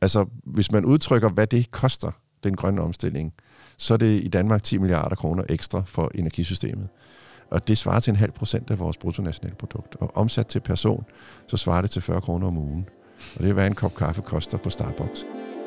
Altså, hvis man udtrykker, hvad det koster, den grønne omstilling, så er det i Danmark 10 milliarder kroner ekstra for energisystemet. Og det svarer til 0,5% af vores bruttonationalprodukt. Og omsat til person, så svarer det til 40 kroner om ugen. Og det er, hvad en kop kaffe koster på Starbucks.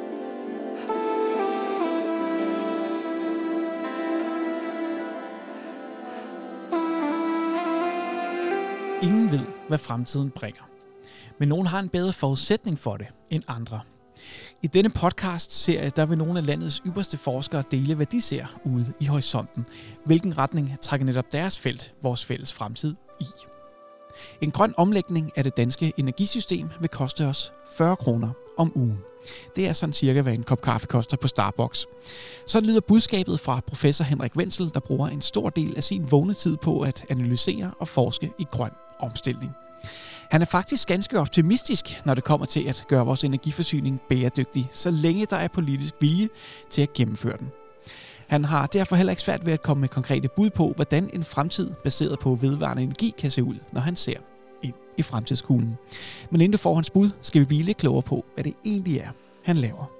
Ingen ved, hvad fremtiden bringer. Men nogen har en bedre forudsætning for det end andre. I denne podcast-serie, der vil nogle af landets ypperste forskere dele, hvad de ser ude i horisonten. Hvilken retning trækker netop deres felt, vores fælles fremtid, i. En grøn omlægning af det danske energisystem vil koste os 40 kroner om ugen. Det er sådan cirka, hvad en kop kaffe koster på Starbucks. Så lyder budskabet fra professor Henrik Wenzel, der bruger en stor del af sin vågne tid på at analysere og forske i grøn omstilling. Han er faktisk ganske optimistisk, når det kommer til at gøre vores energiforsyning bæredygtig, så længe der er politisk vilje til at gennemføre den. Han har derfor heller ikke svært ved at komme med konkrete bud på, hvordan en fremtid baseret på vedvarende energi kan se ud, når han ser ind i fremtidskuglen. Men inden du får hans bud, skal vi blive lidt klogere på, hvad det egentlig er, han laver.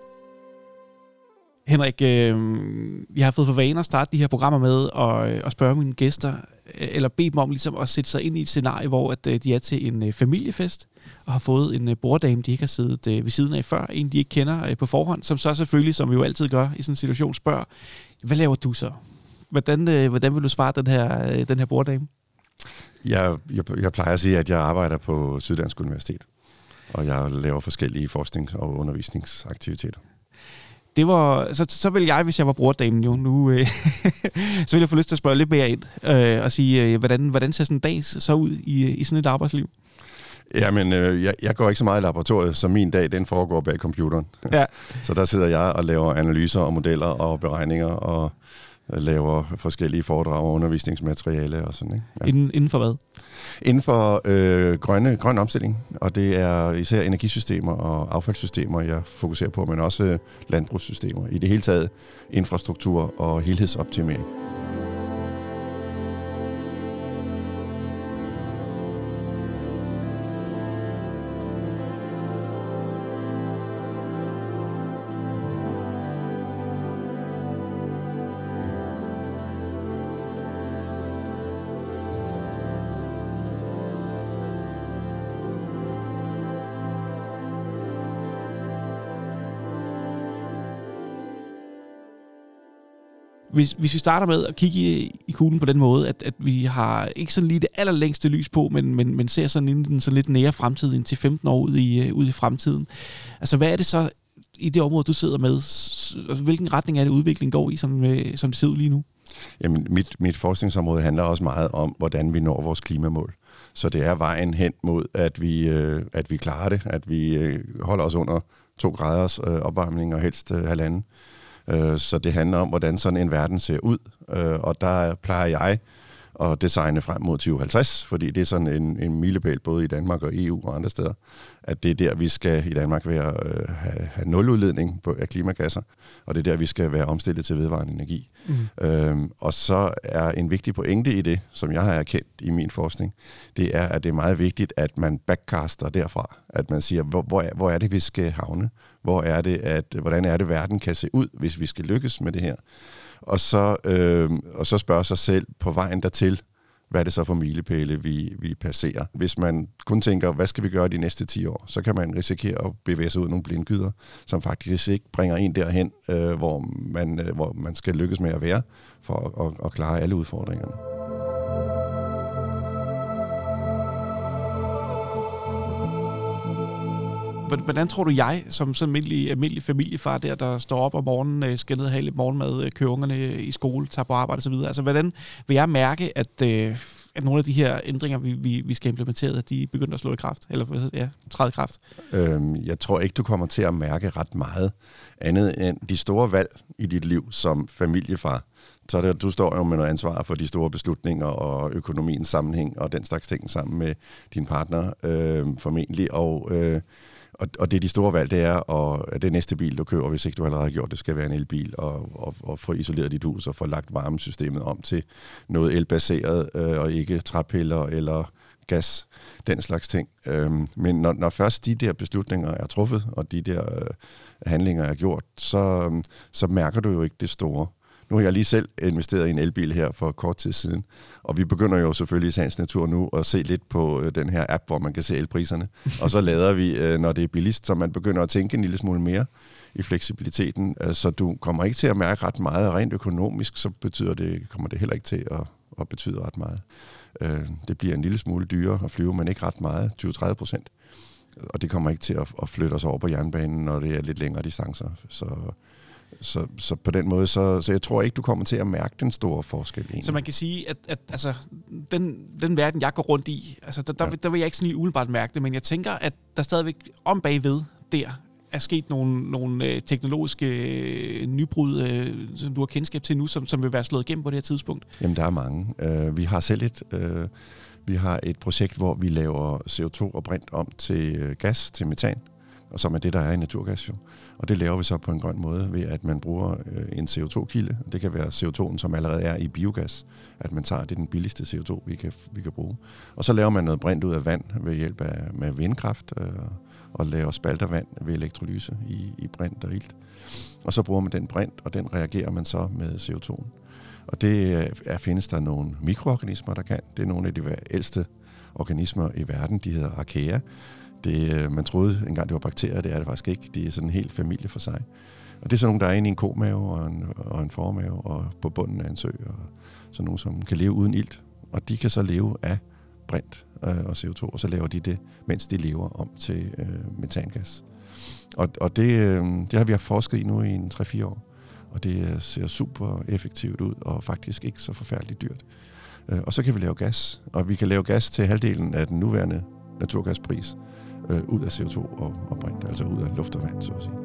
Henrik, jeg har fået for vane at starte de her programmer med at spørge mine gæster, eller bede dem om ligesom at sætte sig ind i et scenarie, hvor at de er til en familiefest, og har fået en borddame, de ikke har siddet ved siden af før, en de ikke kender på forhånd, som så selvfølgelig, som vi jo altid gør i sådan en situation, spørger, hvad laver du så? Hvordan vil du svare den her borddame? Jeg plejer at sige, at jeg arbejder på Syddansk Universitet, og jeg laver forskellige forsknings- og undervisningsaktiviteter. Det var, så vil jeg, hvis jeg var brordamen jo nu, så vil jeg få lyst til at spørge lidt mere ind og sige, hvordan ser sådan en dag så ud i sådan et arbejdsliv? Jamen, jeg går ikke så meget i laboratoriet, så min dag, den foregår bag computeren. Ja. Så der sidder jeg og laver analyser og modeller og beregninger og laver forskellige foredrag og undervisningsmateriale og sådan, ikke? Ja. Inden for hvad? Inden for grøn omstilling, og det er især energisystemer og affaldssystemer, jeg fokuserer på, men også landbrugssystemer. I det hele taget infrastruktur og helhedsoptimering. Hvis vi starter med at kigge i kuglen på den måde, at vi har ikke sådan lige det allerlængste lys på, men ser sådan inden den så lidt nære fremtid, ind til 15 år ud i fremtiden. Altså, hvad er det så i det område, du sidder med? Altså, hvilken retning er det, udviklingen går i, som det ser ud lige nu? Jamen, mit forskningsområde handler også meget om, hvordan vi når vores klimamål. Så det er vejen hen mod, at vi klarer det, at vi holder os under 2 graders opvarmning og helst 1,5. Så det handler om, hvordan sådan en verden ser ud, og der plejer jeg at designe frem mod 2050, fordi det er sådan en milepæl både i Danmark og EU og andre steder, at det er der, vi skal i Danmark have nuludledning af klimagasser, og det er der, vi skal være omstillet til vedvarende energi. Og så er en vigtig pointe i det, som jeg har erkendt i min forskning, det er, at det er meget vigtigt, at man backcaster derfra, at man siger, hvor er det, vi skal havne? Hvordan er det, verden kan se ud, hvis vi skal lykkes med det her? Og så spørge sig selv på vejen dertil, hvad er det så for milepæle, vi passerer. Hvis man kun tænker, hvad skal vi gøre de næste 10 år, så kan man risikere at bevæge sig ud nogle blindgyder, som faktisk ikke bringer en derhen, hvor man skal lykkes med at være, for at klare alle udfordringerne. Hvordan tror du, jeg som sådan almindelig familiefar der står op om morgenen, skal ned og have lidt morgenmad, kører ungerne i skole, tager på arbejde osv., altså hvordan vil jeg mærke, at nogle af de her ændringer, vi skal implementere, de begynder at slå i kraft, eller træde i kraft? Jeg tror ikke, du kommer til at mærke ret meget andet end de store valg i dit liv som familiefar. Så du står jo med noget ansvar for de store beslutninger og økonomiens sammenhæng og den slags ting sammen med din partner formentlig. Og det er de store valg, det er, at det næste bil, du køber, hvis ikke du allerede har gjort det, skal være en elbil, og få isoleret dit hus og få lagt varmesystemet om til noget elbaseret, og ikke træpiller eller gas, den slags ting. Men når først de der beslutninger er truffet, og de der handlinger er gjort, så mærker du jo ikke det store. Nu har jeg lige selv investeret i en elbil her for kort tid siden, og vi begynder jo selvfølgelig i sagens natur nu at se lidt på den her app, hvor man kan se elpriserne, og så lader vi, når det er billigst, så man begynder at tænke en lille smule mere i fleksibiliteten, så du kommer ikke til at mærke ret meget, og rent økonomisk, så kommer det heller ikke til at betyde ret meget. Det bliver en lille smule dyrere at flyve, men ikke ret meget, 20-30%. Og det kommer ikke til at flytte os over på jernbanen, når det er lidt længere distancer. Så på den måde, så jeg tror ikke, du kommer til at mærke den store forskel. Egentlig. Så man kan sige, at altså, den verden, jeg går rundt i, altså, der vil jeg ikke sådan lige umiddelbart mærke det, men jeg tænker, at der stadigvæk om bagved der er sket nogle teknologiske nybrud, som du har kendskab til nu, som vil være slået igennem på det her tidspunkt? Jamen, der er mange. Vi har selv vi har et projekt, hvor vi laver CO2 og brint om til gas, til metan, og som er det, der er i naturgas jo. Og det laver vi så på en grøn måde, ved at man bruger en CO2-kilde. Det kan være CO2'en, som allerede er i biogas, at man tager, det er den billigste CO2, vi kan bruge. Og så laver man noget brint ud af vand ved hjælp med vindkraft, og laver spaltervand ved elektrolyse i brint og ilt. Og så bruger man den brint, og den reagerer man så med CO2'en. Og det findes der nogle mikroorganismer, der kan. Det er nogle af de ældste organismer i verden, de hedder archaea. Man troede engang, det var bakterier, det er det faktisk ikke. De er sådan en hel familie for sig. Og det er sådan nogle, der er inde i en komave og en formave og på bunden af en sø. Og sådan nogle, som kan leve uden ilt. Og de kan så leve af brint og CO2, og så laver de det, mens de lever om til metangas. Og det har vi forsket i nu i 3-4 år. Og det ser super effektivt ud, og faktisk ikke så forfærdeligt dyrt. Og så kan vi lave gas, og vi kan lave gas til halvdelen af den nuværende naturgaspris, ud af CO2 og brint, altså ud af luft og vand, så at sige.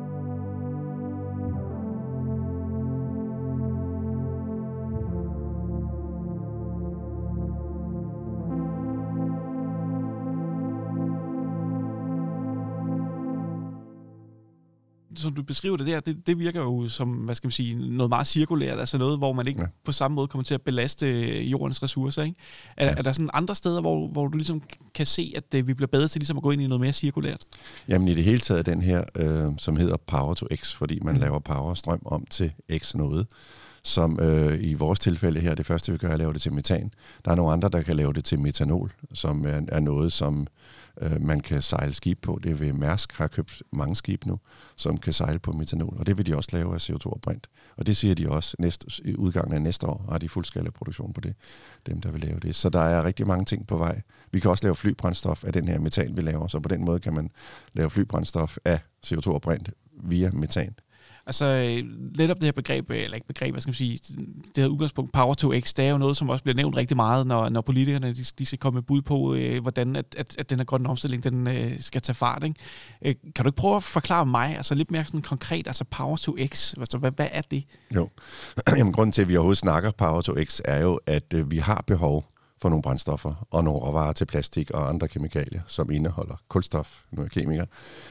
Som du beskriver det der, det virker jo som, hvad skal man sige, noget meget cirkulært, altså noget, hvor man ikke på samme måde kommer til at belaste jordens ressourcer, ikke? Er der sådan andre steder, hvor du ligesom kan se, at vi bliver bedre til ligesom at gå ind i noget mere cirkulært? Jamen i det hele taget den her, som hedder Power to X, fordi man laver powerstrøm om til X noget, som i vores tilfælde her, det første vi gør, er at lave det til metan. Der er nogle andre, der kan lave det til metanol, som er noget, som man kan sejle skib på. Det vil Mærsk har købt mange skib nu, som kan sejle på metanol, og det vil de også lave af CO2 og brint. Og det siger de også i udgangen af næste år, har de fuldskala produktion på det, dem der vil lave det. Så der er rigtig mange ting på vej. Vi kan også lave flybrændstof af den her metan, vi laver, så på den måde kan man lave flybrændstof af CO2 og brint via metan. Altså netop det her begreb, eller ikke begreb, hvad skal man sige, det her udgangspunkt Power to X, det er jo noget, som også bliver nævnt rigtig meget, når politikerne de skal komme med bud på, hvordan at den her grønne omstilling, den skal tage fart, ikke? Kan du ikke prøve at forklare mig, altså lidt mere sådan konkret, altså Power to X, altså, hvad er det? Jo, jamen grunden til, at vi overhovedet snakker Power to X, er jo, at vi har behov for nogle brændstoffer og nogle råvarer til plastik og andre kemikalier, som indeholder kulstof, nu er kemiker.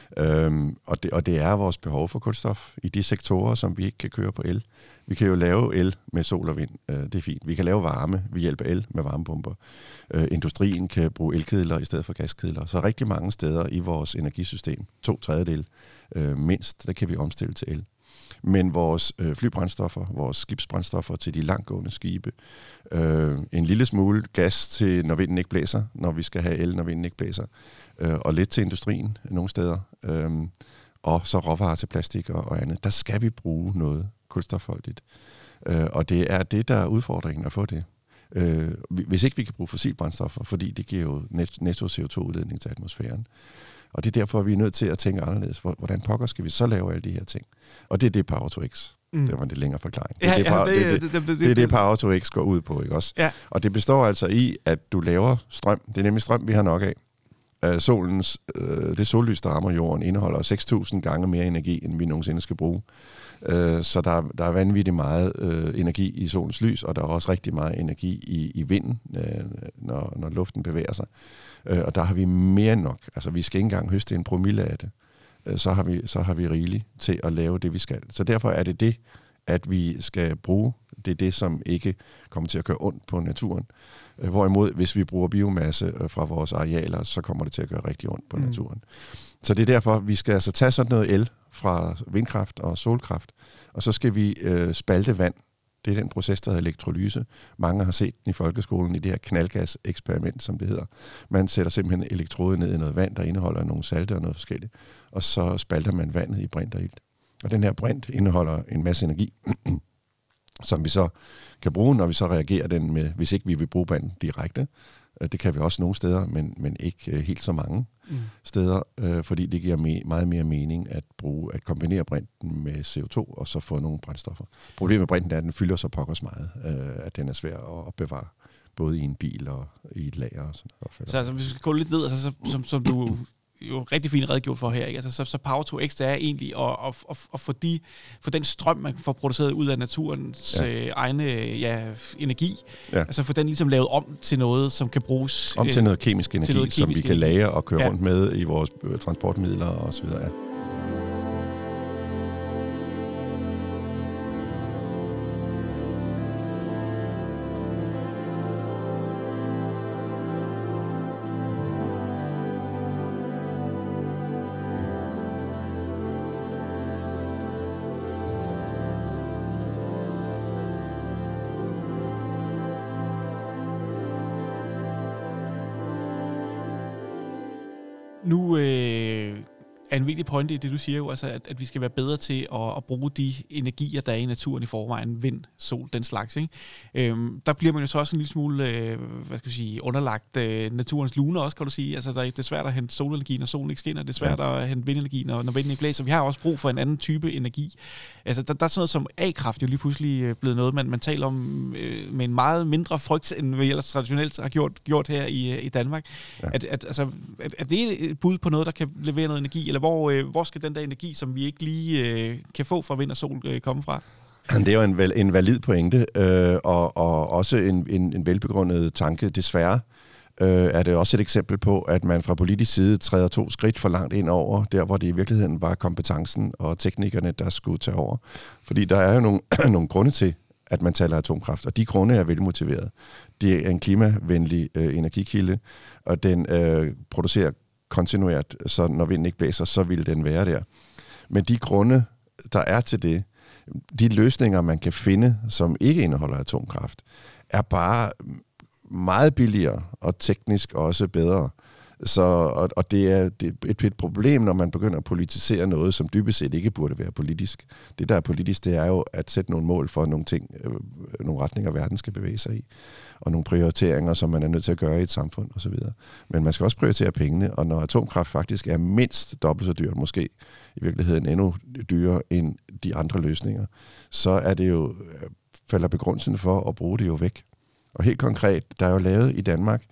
Og det er vores behov for kulstof i de sektorer, som vi ikke kan køre på el. Vi kan jo lave el med sol og vind, det er fint. Vi kan lave varme ved hjælp af el med varmepumper. Industrien kan bruge elkedler i stedet for gaskedler. Så rigtig mange steder i vores energisystem, 2/3 mindst, der kan vi omstille til el. Men vores flybrændstoffer, vores skibsbrændstoffer til de langtgående skibe, en lille smule gas til, når vinden ikke blæser, når vi skal have el, når vinden ikke blæser, og lidt til industrien nogle steder, og så råvarer til plastik og andet. Der skal vi bruge noget kulstofholdigt. Og det er det, der er udfordringen at få det. Hvis ikke vi kan bruge fossilbrændstoffer, fordi det giver jo netto CO2-udledning til atmosfæren. Og det er derfor, vi er nødt til at tænke anderledes. Hvordan pokker skal vi så lave alle de her ting? Og det er det Power to X. Det var en lidt længere forklaring. Det er det Power to X går ud på, ikke også? Ja. Og det består altså i, at du laver strøm. Det er nemlig strøm, vi har nok af. Det sollys, der rammer jorden, indeholder 6.000 gange mere energi, end vi nogensinde skal bruge. Så der er vanvittigt meget energi i solens lys, og der er også rigtig meget energi i vinden, når luften bevæger sig. Og der har vi mere end nok. Altså, vi skal ikke engang høste en promille af det. Så har vi rigeligt til at lave det, vi skal. Så derfor er det at vi skal bruge. Det er det, som ikke kommer til at gøre ondt på naturen. Hvorimod, hvis vi bruger biomasse fra vores arealer, så kommer det til at gøre rigtig ondt på naturen. Så det er derfor, vi skal altså tage sådan noget el fra vindkraft og solkraft, og så skal vi spalte vand. Det er den proces, der hedder elektrolyse. Mange har set den i folkeskolen i det her knaldgas-eksperiment, som det hedder. Man sætter simpelthen elektrode ned i noget vand, der indeholder nogle salte og noget forskelligt, og så spalter man vandet i brint og ilt. Og den her brint indeholder en masse energi, som vi så kan bruge, når vi så reagerer den med, hvis ikke vi vil bruge brint direkte. Det kan vi også nogle steder, men ikke helt så mange steder, fordi det giver meget mere mening at kombinere brinten med CO2 og så få nogle brændstoffer. Problemet med brinten er, at den fylder så pokkers meget, at den er svær at bevare, både i en bil og i et lager. Og sådan noget. Så altså, hvis vi skal gå lidt ned, altså, som du jo rigtig fint redegjort for her, ikke? Altså, så Power-to-X, det er egentlig at få den strøm, man får produceret ud af naturens egne energi, altså få den ligesom lavet om til noget, som kan bruges... Om til noget kemisk energi, som vi kan lagre og køre rundt med i vores transportmidler og så videre, ja. Nu er en vigtig pointe i det, du siger jo, altså, at vi skal være bedre til at bruge de energier, der er i naturen i forvejen, vind, sol, den slags. Ikke? Der bliver man jo så også en lille smule, underlagt naturens luner også, kan du sige. Altså, det er svært at hente solenergi, når solen ikke skinner. Det er svært at hente vindenergi, når vinden ikke blæser. Vi har også brug for en anden type energi. Altså, der er sådan noget som A-kraft jo lige pludselig blevet noget, man taler om med en meget mindre frygt, end vi ellers traditionelt har gjort her i Danmark. Ja. Er det et bud på noget, der kan levere noget energi, eller hvor skal den der energi, som vi ikke lige kan få fra vind og sol, komme fra? Det er jo en valid pointe, og også en velbegrundet tanke. Desværre er det også et eksempel på, at man fra politisk side træder 2 skridt for langt ind over, der hvor det i virkeligheden var kompetencen og teknikerne, der skulle tage over. Fordi der er jo nogle grunde til, at man taler atomkraft, og de grunde er velmotiveret. Det er en klimavenlig energikilde, og den producerer kontinuert, så når vinden ikke blæser, så vil den være der. Men de grunde, der er til det, de løsninger, man kan finde, som ikke indeholder atomkraft, er bare meget billigere og teknisk også bedre. Og det er et problem, når man begynder at politisere noget, som dybest set ikke burde være politisk. Det, der er politisk, det er jo at sætte nogle mål for nogle ting, nogle retninger, verden skal bevæge sig i, og nogle prioriteringer, som man er nødt til at gøre i et samfund osv. Men man skal også prioritere pengene, og når atomkraft faktisk er mindst dobbelt så dyrt, måske i virkeligheden endnu dyrere end de andre løsninger, så er det jo, falder begrundelsen for at bruge det jo væk. Og helt konkret, der er jo lavet i Danmark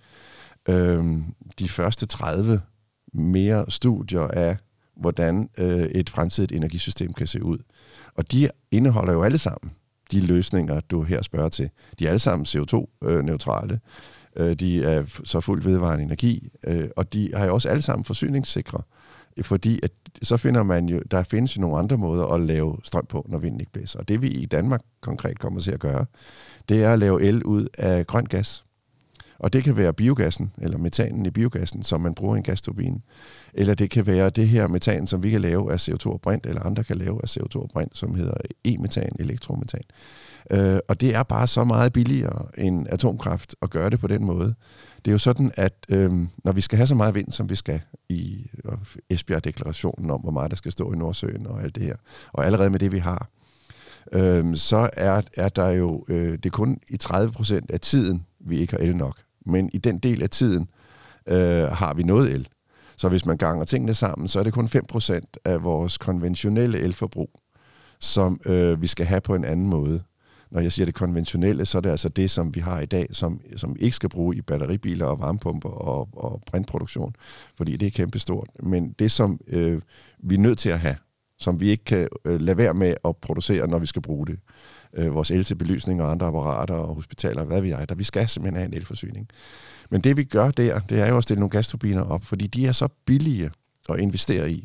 de første 30 mere studier af, hvordan et fremtidigt energisystem kan se ud. Og de indeholder jo alle sammen de løsninger, du her spørger til. De er alle sammen CO2-neutrale. De er så fuldt vedvarende energi, og de har jo også alle sammen forsyningssikre. Fordi at, så finder man jo, der findes jo nogle andre måder at lave strøm på, når vinden ikke blæser. Og det vi i Danmark konkret kommer til at gøre, det er at lave el ud af grøn gas. Og det kan være biogassen, eller metanen i biogassen, som man bruger i en gasturbine. Eller det kan være det her metan, som vi kan lave af CO2 og brint, eller andre kan lave af CO2 og brint, som hedder e-metan, elektrometan. Og det er bare så meget billigere end atomkraft at gøre det på den måde. Det er jo sådan, at når vi skal have så meget vind, som vi skal i Esbjerg-deklarationen om, hvor meget der skal stå i Nordsøen og alt det her, og allerede med det, vi har, så er der jo, det er kun i 30% af tiden, vi ikke har el nok. Men i den del af tiden har vi noget el. Så hvis man ganger tingene sammen, så er det kun 5% af vores konventionelle elforbrug, som vi skal have på en anden måde. Når jeg siger det konventionelle, så er det altså det, som vi har i dag, som ikke skal bruge i batteribiler og varmepumper og brintproduktion, fordi det er kæmpestort. Men det, som vi er nødt til at have, som vi ikke kan lade være med at producere, når vi skal bruge det. Vores el til belysning og andre apparater og hospitaler, hvad vi er, vi skal simpelthen have en elforsyning. Men det vi gør der, det er jo at stille nogle gasturbiner op, fordi de er så billige at investere i,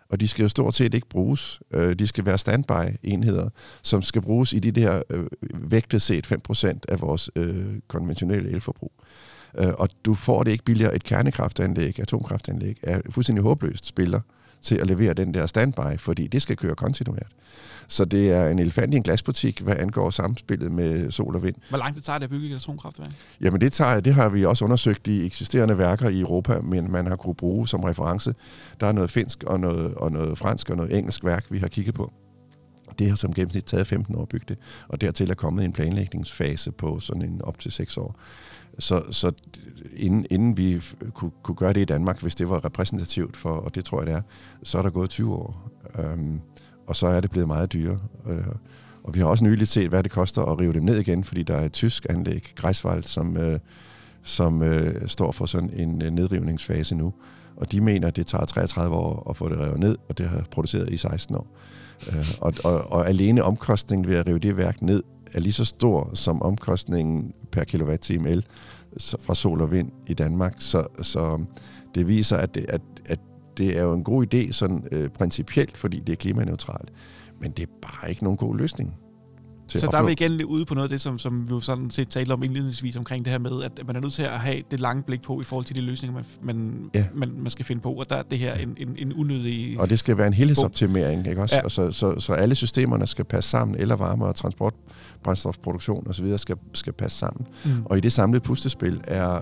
Og de skal jo stort set ikke bruges. De skal være standby-enheder, som skal bruges i de der vægtet set 5% af vores konventionelle elforbrug. Og du får det ikke billigere. Et kernekraftanlæg, atomkraftanlæg, er fuldstændig håbløst spiller til at levere den der standby, fordi det skal køre kontinuert. Så det er en elefant i en glasbutik, hvad angår samspillet med sol og vind. Hvor langt det tager det at bygge et atomkraftværk? Jamen det har vi også undersøgt i eksisterende værker i Europa, men man har kunne bruge som reference. Der er noget finsk og noget fransk og noget engelsk værk, vi har kigget på. Det har som gennemsnit taget 15 år at bygge det, og dertil er kommet en planlægningsfase på sådan en op til 6 år. Så inden vi kunne gøre det i Danmark, hvis det var repræsentativt for, og det tror jeg det er, så er der gået 20 år. Og så er det blevet meget dyrere. Og vi har også nyligt set, hvad det koster at rive dem ned igen, fordi der er et tysk anlæg, Greifswald, som står for sådan en nedrivningsfase nu. Og de mener, at det tager 33 år at få det revet ned, og det har produceret i 16 år. Og alene omkostningen ved at rive det værk ned er lige så stor som omkostningen per kilowatt-time el fra sol og vind i Danmark. Så det viser, at det er jo en god idé sådan principielt, fordi det er klimaneutralt. Men det er bare ikke nogen god løsning. Så der er vi igen lidt ude på noget af det, som vi jo sådan set talte om indledningsvis omkring det her med, at man er nødt til at have det lange blik på i forhold til de løsninger, man skal finde på. Og der er det her en unødig... Og det skal være en helhedsoptimering, ikke også? Ja. Så alle systemerne skal passe sammen, eller varme og transportbrændstofproduktion osv. skal passe sammen. Og i det samlede puslespil er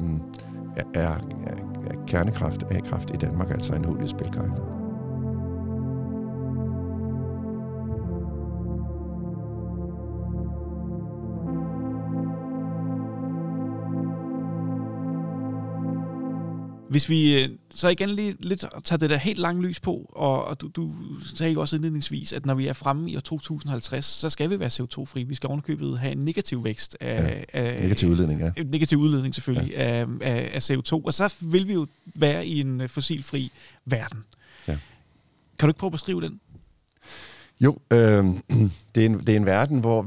kernekraft, A-kraft i Danmark altså en hul spilkejler. Hvis vi så igen lige lidt tager det der helt lange lys på, og du sagde jo også indledningsvis, at når vi er fremme i år 2050, så skal vi være CO2-fri. Vi skal ovenikøbet have en negativ vækst af negativ udledning, ja. Negativ udledning selvfølgelig af CO2, og så vil vi jo være i en fossilfri verden. Ja. Kan du ikke prøve at beskrive den? Jo, det er en verden, hvor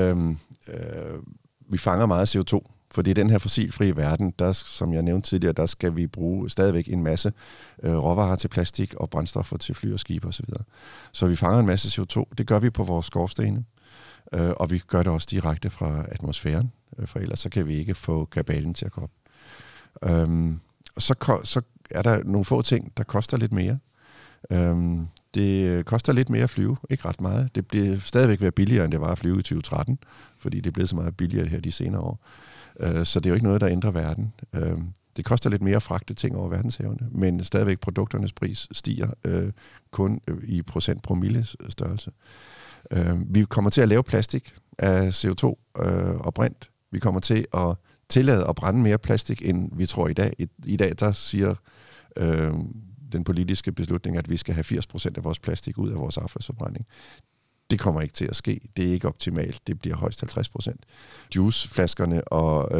vi fanger meget CO2. For det er den her fossilfrie verden, der, som jeg nævnte tidligere, der skal vi bruge stadigvæk en masse råvarer til plastik og brændstoffer til fly og skibe osv. Så vi fanger en masse CO2. Det gør vi på vores skorstene, og vi gør det også direkte fra atmosfæren, for ellers så kan vi ikke få kabalen til at gå op. Og så er der nogle få ting, der koster lidt mere. Det koster lidt mere at flyve, ikke ret meget. Det bliver stadigvæk være billigere, end det var at flyve i 2013, fordi det er blevet så meget billigere her de senere år. Så det er jo ikke noget, der ændrer verden. Det koster lidt mere at fragte ting over verdenshavene, men stadigvæk produkternes pris stiger kun i procent-promille størrelse. Vi kommer til at lave plastik af CO2 og brint. Vi kommer til at tillade at brænde mere plastik, end vi tror i dag. I dag der siger den politiske beslutning, at vi skal have 80% af vores plastik ud af vores affaldsforbrænding. Det kommer ikke til at ske. Det er ikke optimalt. Det bliver højst 50%. Juiceflaskerne og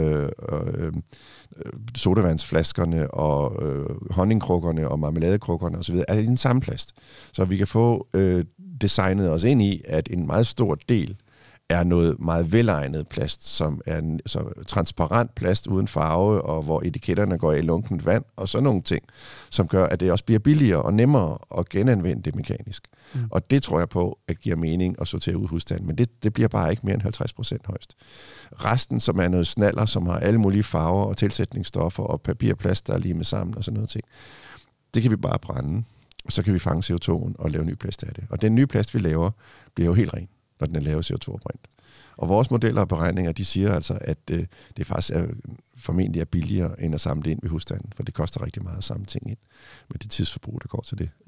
sodavandsflaskerne og honningkrukkerne og marmeladekrukkerne osv. er i den samme plast. Så vi kan få designet os ind i, at en meget stor del er noget meget velegnet plast, som er så transparent plast uden farve, og hvor etiketterne går i lunkent vand, og sådan nogle ting, som gør, at det også bliver billigere og nemmere at genanvende det mekanisk. Og det tror jeg på, at giver mening at sortere ud i husstanden, men det bliver bare ikke mere end 50% højst. Resten, som er noget snaller, som har alle mulige farver og tilsætningsstoffer og papir og plast, der er limet sammen og sådan noget ting, det kan vi bare brænde, og så kan vi fange CO2'en og lave ny plast af det. Og den nye plast, vi laver, bliver jo helt ren, når den er lavet CO2-brint. Og vores modeller og beregninger, de siger altså, at det faktisk formentlig er billigere end at samle det ind ved husstanden, for det koster rigtig meget at samle ting ind med det tidsforbrug, der går til det.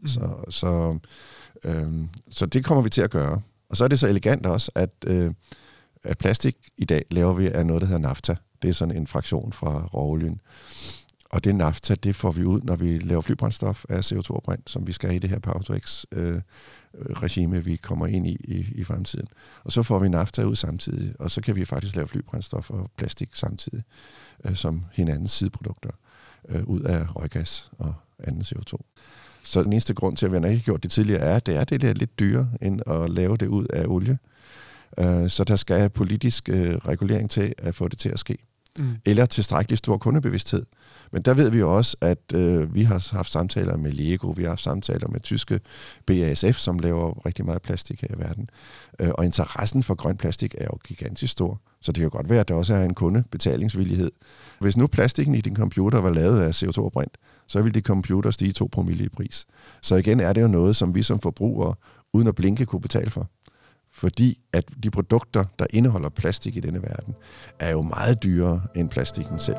Så det kommer vi til at gøre. Og så er det så elegant også, at plastik i dag laver vi af noget, der hedder nafta. Det er sådan en fraktion fra råolien. Og det nafta, det får vi ud, når vi laver flybrændstof af CO2-brint, som vi skal have i det her Power-to-X-regime, vi kommer ind i fremtiden. Og så får vi nafta ud samtidig, og så kan vi faktisk lave flybrændstof og plastik samtidig, som hinandens sideprodukter, ud af røggas og anden CO2. Så den eneste grund til, at vi ikke har gjort det tidligere, er, at det er lidt dyrere, end at lave det ud af olie. Så der skal politisk regulering til at få det til at ske. eller tilstrækkelig stor kundebevidsthed. Men der ved vi jo også, at vi har haft samtaler med Lego, vi har haft samtaler med tyske BASF, som laver rigtig meget plastik her i verden. Og interessen for grøn plastik er jo gigantisk stor. Så det kan godt være, at der også er en kundebetalingsvillighed. Hvis nu plastikken i din computer var lavet af CO2-brint, så vil din computer stige 2 promille i pris. Så igen er det jo noget, som vi som forbrugere uden at blinke kunne betale for. Fordi at de produkter, der indeholder plastik i denne verden, er jo meget dyrere end plastikken selv.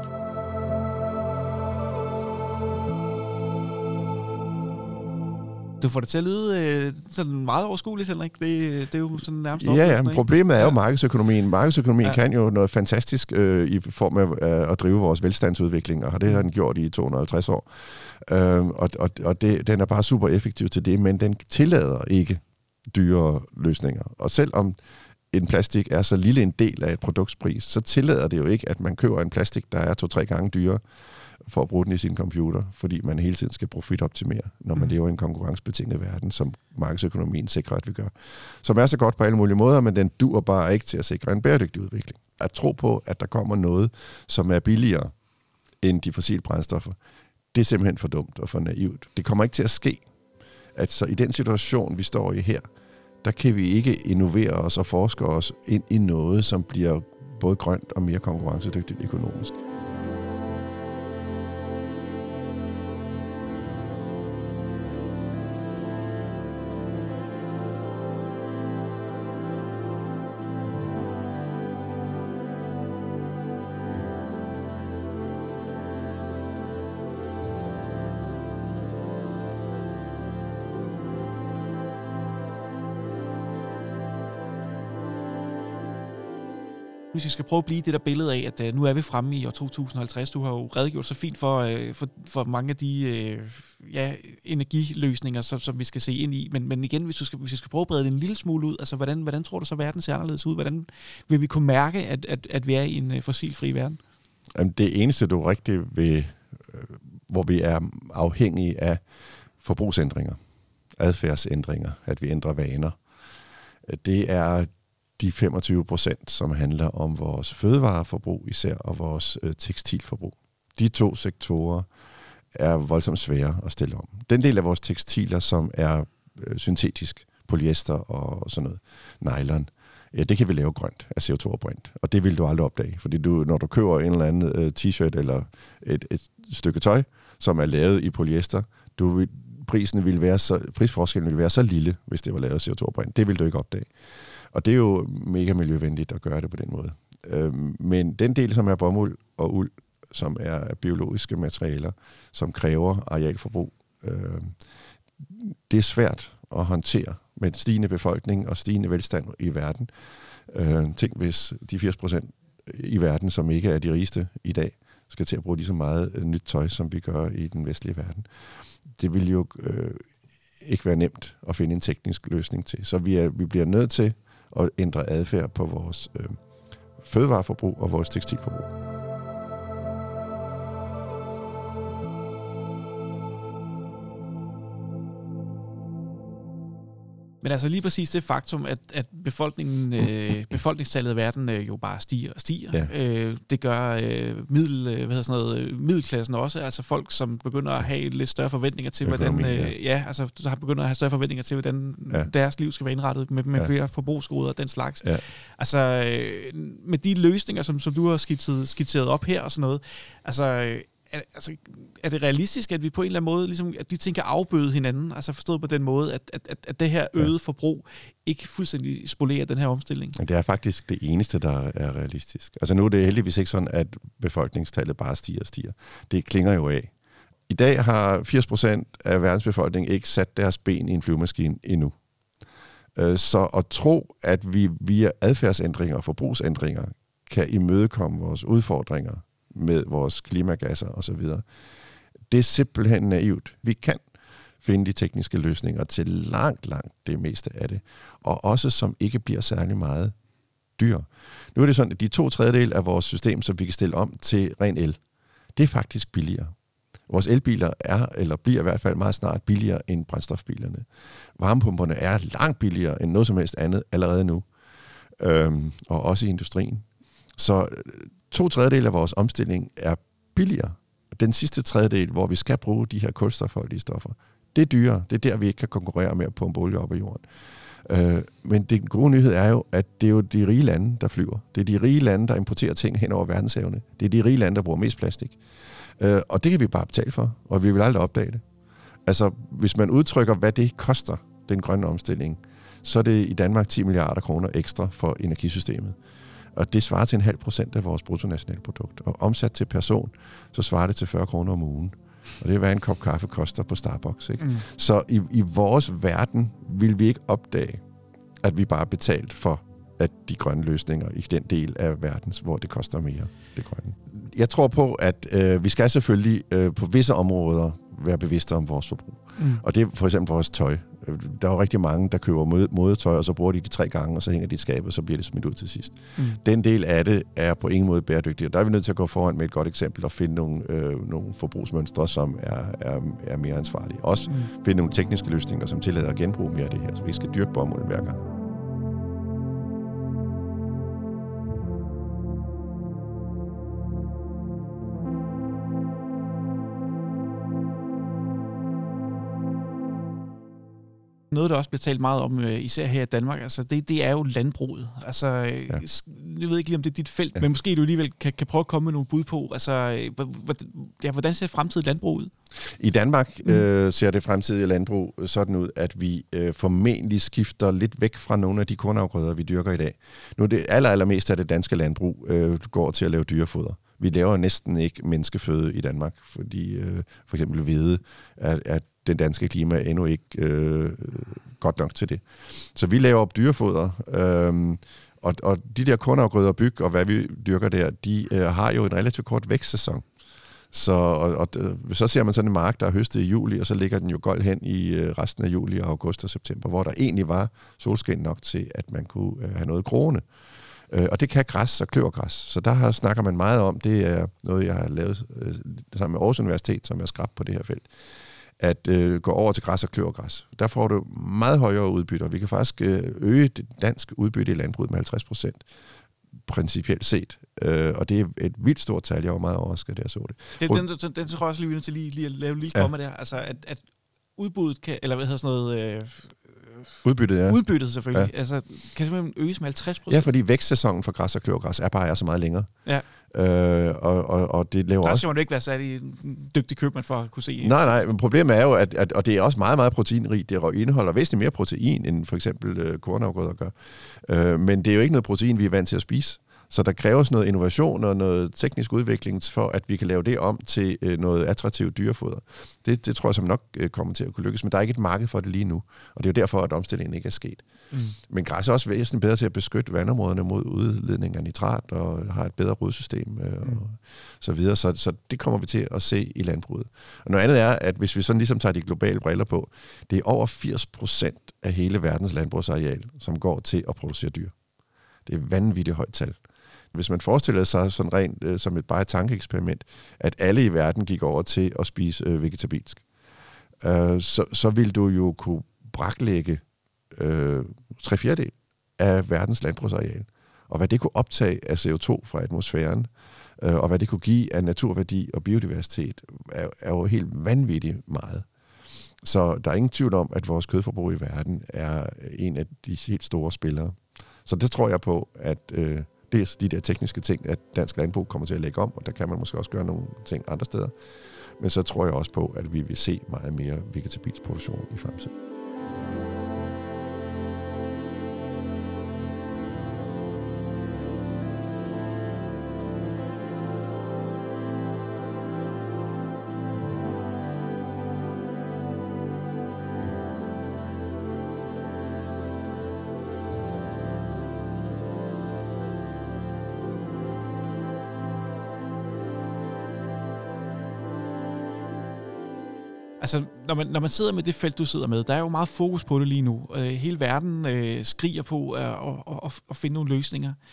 Du får det til at lyde sådan meget overskueligt, Henrik. Det er jo sådan nærmest... Ja, problemet er jo markedsøkonomien. Markedsøkonomien kan jo noget fantastisk i form af at drive vores velstandsudvikling, og det har den gjort i 250 år. Den er bare super effektiv til det, men den tillader ikke dyre løsninger. Og selvom en plastik er så lille en del af et produktspris, så tillader det jo ikke, at man køber en plastik, der er 2-3 gange dyrere, for at bruge den i sin computer, fordi man hele tiden skal profitoptimere, når man lever i en konkurrencebetinget verden, som markedsøkonomien sikrer, at vi gør. Som er så godt på alle mulige måder, men den dur bare ikke til at sikre en bæredygtig udvikling. At tro på, at der kommer noget, som er billigere end de fossile brændstoffer, det er simpelthen for dumt og for naivt. Det kommer ikke til at ske. Altså i den situation, vi står i her, der kan vi ikke innovere os og forske os ind i noget, som bliver både grønt og mere konkurrencedygtigt økonomisk. Hvis vi skal prøve at blive det der billede af, at nu er vi fremme i år 2050. Du har jo redegjort så fint for mange af de energiløsninger, som vi skal se ind i. Men igen, hvis vi skal prøve at brede det en lille smule ud, altså hvordan tror du så, verden ser anderledes ud? Hvordan vil vi kunne mærke, at vi er i en fossilfri verden? Det eneste, du rigtig vil, hvor vi er afhængige af forbrugsændringer, adfærdsændringer, at vi ændrer vaner, det er de 25%, som handler om vores fødevareforbrug især, og vores tekstilforbrug. De 2 sektorer er voldsomt svære at stille om. Den del af vores tekstiler, som er syntetisk, polyester og sådan noget, nylon, ja, det kan vi lave grønt af CO2 og brint. Og det vil du aldrig opdage, fordi når du køber en eller anden t-shirt eller et stykke tøj, som er lavet i polyester, prisforskellen vil være så lille, hvis det var lavet af CO2 og brint. Det vil du ikke opdage. Og det er jo mega miljøvenligt at gøre det på den måde. Men den del, som er bomuld og uld, som er biologiske materialer, som kræver arealforbrug, det er svært at håndtere med stigende befolkning og stigende velstand i verden. Tænk, hvis de 80% i verden, som ikke er de rigeste i dag, skal til at bruge lige så meget nyt tøj, som vi gør i den vestlige verden. Det vil jo ikke være nemt at finde en teknisk løsning til. Så vi bliver nødt til at ændre adfærd på vores fødevareforbrug og vores tekstilforbrug. Men altså lige præcis det faktum, at befolkningstallet i verden jo bare stiger og stiger. Ja. Det gør middelklassen også. Altså folk, som begynder at have lidt større forventninger til, begynder at have større forventninger til, hvordan deres liv skal være indrettet med flere forbrugsgoder og den slags. Ja. Altså med de løsninger, som du har skitseret op her og sådan noget, er det realistisk, at vi på en eller anden måde, ligesom, at de ting kan afbøde hinanden, altså forstået på den måde, at det her øgede forbrug ikke fuldstændig spolerer den her omstilling? Det er faktisk det eneste, der er realistisk. Altså nu er det heldigvis ikke sådan, at befolkningstallet bare stiger. Det klinger jo af. I dag har 80% af verdens befolkning ikke sat deres ben i en flyvemaskine endnu. Så at tro, at vi via adfærdsændringer og forbrugsændringer kan imødekomme vores udfordringer med vores klimagasser osv., det er simpelthen naivt. Vi kan finde de tekniske løsninger til langt det meste af det, og også som ikke bliver særlig meget dyr. Nu er det sådan, at de 2/3 af vores system, som vi kan stille om til ren el, det er faktisk billigere. Vores elbiler er, eller bliver i hvert fald meget snart billigere end brændstofbilerne. Varmepumperne er langt billigere end noget som helst andet allerede nu, og også i industrien. Så 2/3 af vores omstilling er billigere. Den sidste tredjedel, hvor vi skal bruge de her kulstofholdige stoffer, det er dyrere. Det er der, vi ikke kan konkurrere med at pumpe olie op af jorden. Men den gode nyhed er jo, at det er jo de rige lande, der flyver. Det er de rige lande, der importerer ting hen over verdenshavene. Det er de rige lande, der bruger mest plastik. Og det kan vi bare betale for, og vi vil aldrig opdage det. Altså, hvis man udtrykker, hvad det koster, den grønne omstilling, så er det i Danmark 10 milliarder kroner ekstra for energisystemet. Og det svarer til 0,5% af vores bruttonationalprodukt. Og omsat til person, så svarer det til 40 kroner om ugen. Og det er, hvad en kop kaffe koster på Starbucks. Ikke? Så i vores verden vil vi ikke opdage, at vi bare betalt for at de grønne løsninger i den del af verden, hvor det koster mere, det grønne. Jeg tror på, at vi skal selvfølgelig på visse områder være bevidste om vores forbrug. Og det er for eksempel vores tøj. Der er jo rigtig mange, der køber modetøj, og så bruger de det 3 gange, og så hænger de i skabet, og så bliver det smidt ud til sidst. Den del af det er på ingen måde bæredygtig, og der er vi nødt til at gå foran med et godt eksempel og finde nogle forbrugsmønstre, som er mere ansvarlige. Også finde nogle tekniske løsninger, som tillader at genbruge mere af det her, så vi skal dyrke bomuld hver gang. Noget, der også bliver talt meget om, især her i Danmark, altså det er jo landbruget. Altså, jeg ved ikke lige, om det er dit felt, men måske du alligevel kan prøve at komme med nogle bud på. Altså, hvordan ser fremtidigt landbrug ud? I Danmark ser det fremtidige landbrug sådan ud, at vi formentlig skifter lidt væk fra nogle af de kornafgrøder, vi dyrker i dag. Nu det allermest af det danske landbrug går til at lave dyrefoder. Vi laver næsten ikke menneskeføde i Danmark, fordi for eksempel hvede at den danske klima er endnu ikke godt nok til det. Så vi laver op dyrefoder, og de der kornafgrøder, byg og hvad vi dyrker der, de har jo en relativt kort vækstsæson. Så ser man sådan en mark, der er høstet i juli, og så ligger den jo gold hen i resten af juli, august og september, hvor der egentlig var solskin nok til, at man kunne have noget groende. Og det kan græs og kløvergræs. Så der snakker man meget om, det er noget, jeg har lavet sammen med Aarhus Universitet, som er skrab på det her felt, at gå over til græs og kløvergræs. Der får du meget højere udbytte, og vi kan faktisk øge det danske udbytte i landbruget med 50%, principielt set. Og det er et vildt stort tal, jeg var meget overrasket, da jeg så det. Den tror jeg også lige, til lige at lave en lille komma der. Altså, at udbuddet kan, eller hvad hedder sådan noget... Udbyttet, ja. Udbyttet selvfølgelig. Ja. Altså, kan simpelthen øges med 50%? Ja, fordi vækstsæsonen for græs og kløvergræs er så meget længere. Ja. Og det laver der også... skal man jo ikke være sat i en dygtig købmand for at kunne se... Nej, men problemet er jo, at og det er også meget, meget proteinrigt. Det indeholder væsentligt mere protein, end for eksempel kornafgrøder gør. Men det er jo ikke noget protein, vi er vant til at spise. Så der kræves noget innovation og noget teknisk udvikling for, at vi kan lave det om til noget attraktivt dyrefoder. Det tror jeg som nok kommer til at kunne lykkes, men der er ikke et marked for det lige nu. Og det er jo derfor, at omstillingen ikke er sket. Men græs er også væsentligt bedre til at beskytte vandområderne mod udledning af nitrat, og har et bedre rodsystem og så videre. Så det kommer vi til at se i landbruget. Og noget andet er, at hvis vi sådan ligesom tager de globale briller på, det er over 80% af hele verdens landbrugsareal, som går til at producere dyr. Det er vanvittigt højt tal. Hvis man forestiller sig sådan rent som et tankeeksperiment, at alle i verden gik over til at spise vegetabilsk, så vil du jo kunne braklægge 3/4 af verdens landbrugsareal. Og hvad det kunne optage af CO2 fra atmosfæren, og hvad det kunne give af naturværdi og biodiversitet, er jo helt vanvittigt meget. Så der er ingen tvivl om, at vores kødforbrug i verden er en af de helt store spillere. Så det tror jeg på, at det er de der tekniske ting, at dansk landbrug kommer til at lægge om, og der kan man måske også gøre nogle ting andre steder. Men så tror jeg også på, at vi vil se meget mere vegetabilsk produktion i fremtiden. Altså, når man sidder med det felt, du sidder med, der er jo meget fokus på det lige nu. Hele verden skriger på at finde nogle løsninger.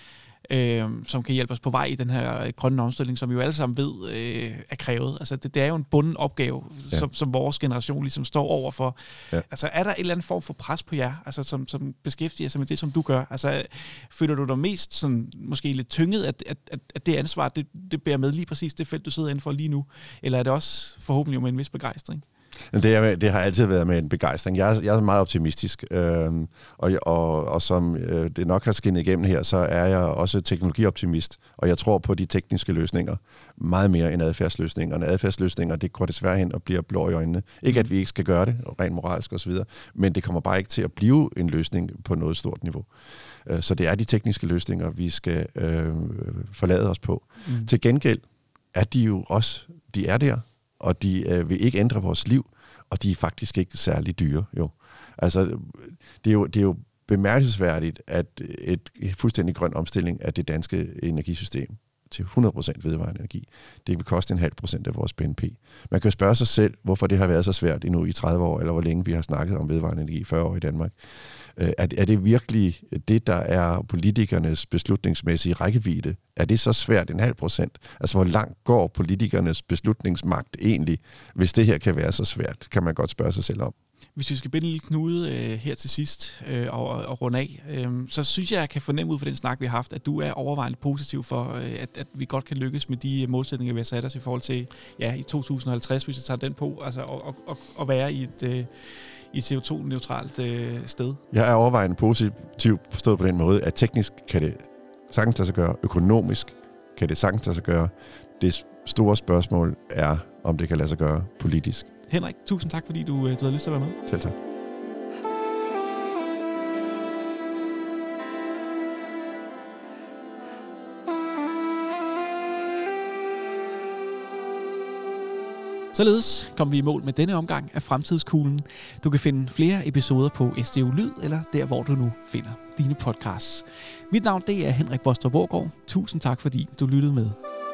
som kan hjælpe os på vej i den her grønne omstilling, som vi jo alle sammen ved er krævet. Altså det er jo en bunden opgave, som vores generation ligesom står overfor. Ja. Altså er der en eller anden form for pres på jer, altså, som beskæftiger sig med det, som du gør? Altså føler du dig mest sådan, måske lidt tynget, at det ansvar, det bærer med lige præcis det felt, du sidder inden for lige nu? Eller er det også forhåbentlig med en vis begejstring? Det har altid været med en begejstring. Jeg er meget optimistisk, og som det nok har skinnet igennem her, så er jeg også teknologioptimist, og jeg tror på de tekniske løsninger meget mere end adfærdsløsninger. Adfærdsløsninger, det går desværre hen og bliver blå i øjnene. Ikke at vi ikke skal gøre det, rent moralsk osv., men det kommer bare ikke til at blive en løsning på noget stort niveau. Så det er de tekniske løsninger, vi skal forlade os på. Til gengæld er de jo også, de er der, og de vil ikke ændre vores liv, og de er faktisk ikke særlig dyre. Jo. Altså, det er jo bemærkelsesværdigt, at et fuldstændig grøn omstilling af det danske energisystem til 100% vedvarende energi, det vil koste 0,5% af vores BNP. Man kan jo spørge sig selv, hvorfor det har været så svært endnu i 30 år, eller hvor længe vi har snakket om vedvarende energi, 40 år i Danmark. Er det virkelig det, der er politikernes beslutningsmæssige rækkevidde? Er det så svært 0,5%? Altså, hvor langt går politikernes beslutningsmagt egentlig, hvis det her kan være så svært? Kan man godt spørge sig selv om. Hvis vi skal binde en lille knude her til sidst og runde af, så synes jeg kan fornemme ud fra den snak, vi har haft, at du er overvejende positiv for, at vi godt kan lykkes med de målsætninger, vi har sat os i forhold til i 2050, hvis vi tager den på, altså at være i et CO2-neutralt sted. Jeg er overvejende positiv forstået på den måde, at teknisk kan det sagtens lade sig gøre, økonomisk kan det sagtens lade sig gøre. Det store spørgsmål er, om det kan lade sig gøre politisk. Henrik, tusind tak, fordi du havde lyst til at være med. Selv tak. Således kom vi i mål med denne omgang af Fremtidskuglen. Du kan finde flere episoder på SDU Lyd, eller der, hvor du nu finder dine podcasts. Mit navn det er Henrik Bostrup Aagaard. Tusind tak, fordi du lyttede med.